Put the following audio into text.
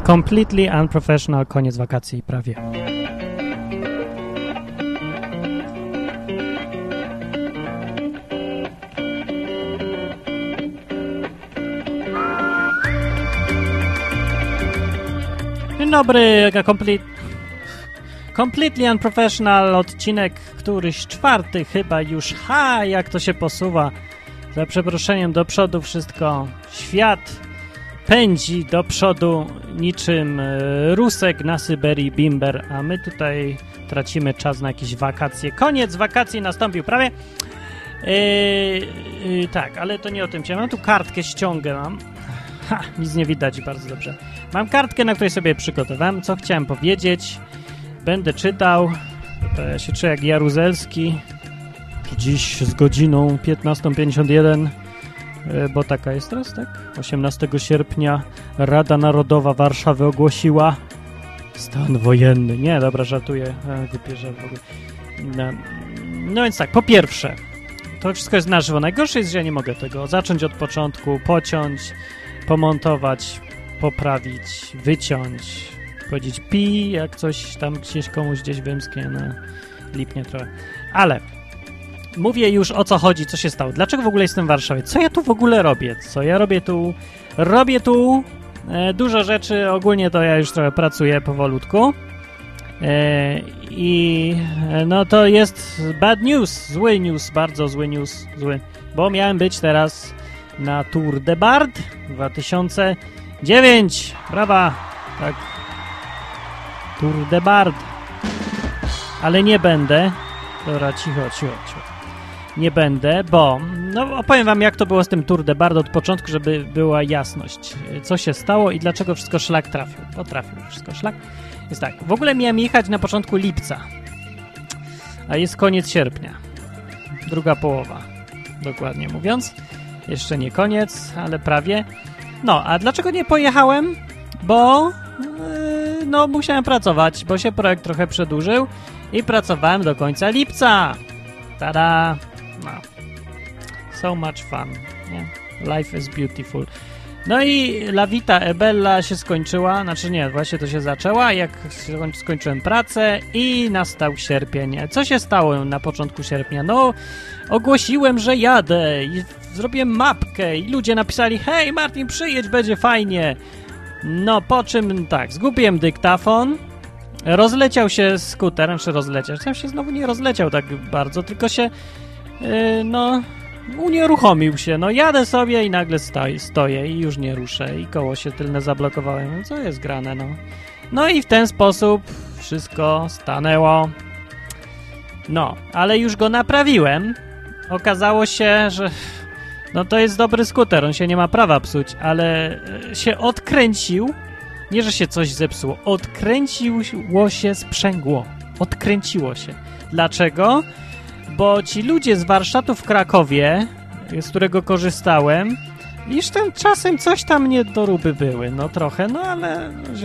Completely unprofessional, koniec wakacji prawie. Dzień dobry, Completely Unprofessional, odcinek któryś 4 chyba już. Jak to się posuwa. Za przeproszeniem do przodu wszystko. Świat pędzi do przodu niczym rusek na Syberii bimber, a my tutaj tracimy czas na jakieś wakacje. Koniec wakacji nastąpił prawie. Tak, ale to nie o tym chciałem. Mam tu kartkę, ściągę mam. Nic nie widać, bardzo dobrze. Mam kartkę, na której sobie przygotowałem, co chciałem powiedzieć. Będę czytał. Ja się czuję jak Jaruzelski. Dziś z godziną 15:51, bo taka jest teraz, tak? 18 sierpnia Rada Narodowa Warszawy ogłosiła stan wojenny. Nie, dobra, żartuję. Wypierzę w ogóle. No więc tak, po pierwsze, to wszystko jest na żywo. Najgorsze jest, że ja nie mogę tego zacząć od początku, pociąć, pomontować, poprawić, wyciąć, powiedzieć pi, jak coś tam gdzieś komuś gdzieś wymsknie, no lipnie trochę. Ale mówię już, o co chodzi, co się stało. Dlaczego w ogóle jestem w Warszawie? Co ja tu w ogóle robię? Co ja robię tu? Robię tu dużo rzeczy. Ogólnie to ja już trochę pracuję powolutku. I no to jest bad news. Zły news, bardzo zły news. Zły. Bo miałem być teraz na Tour de Bard 2009. Brawa! Tak. Tour de Bard. Ale nie będę. Dobra, cicho. Nie będę, bo no opowiem wam, jak to było z tym Tour de Bard od początku, żeby była jasność, co się stało i dlaczego wszystko szlak trafił. Potrafił wszystko szlak. Jest tak, w ogóle miałem jechać na początku lipca, a jest koniec sierpnia. Druga połowa, dokładnie mówiąc. Jeszcze nie koniec, ale prawie. No, a dlaczego nie pojechałem? Bo no musiałem pracować, bo się projekt trochę przedłużył i pracowałem do końca lipca. Tada! No. So much fun. Nie? Life is beautiful. No i La Vita e Bella się skończyła, znaczy nie, właśnie to się zaczęła, jak skończyłem pracę i nastał sierpień. Co się stało na początku sierpnia? No, ogłosiłem, że jadę i zrobiłem mapkę i ludzie napisali: hej Martin, przyjedź, będzie fajnie. No, po czym tak, zgubiłem dyktafon, rozleciał się skuter, tam się znowu nie rozleciał tak bardzo, tylko się, unieruchomił się. No, jadę sobie i nagle stoję i już nie ruszę i koło się tylne zablokowałem. No, co jest grane, no. No i w ten sposób wszystko stanęło. No, ale już go naprawiłem. Okazało się, że no to jest dobry skuter, on się nie ma prawa psuć, ale się odkręcił. Nie, że się coś zepsuło. Odkręciło się sprzęgło. Odkręciło się. Dlaczego? Bo ci ludzie z warsztatu w Krakowie, z którego korzystałem, już tam czasem coś tam niedoróby były. No trochę, no ale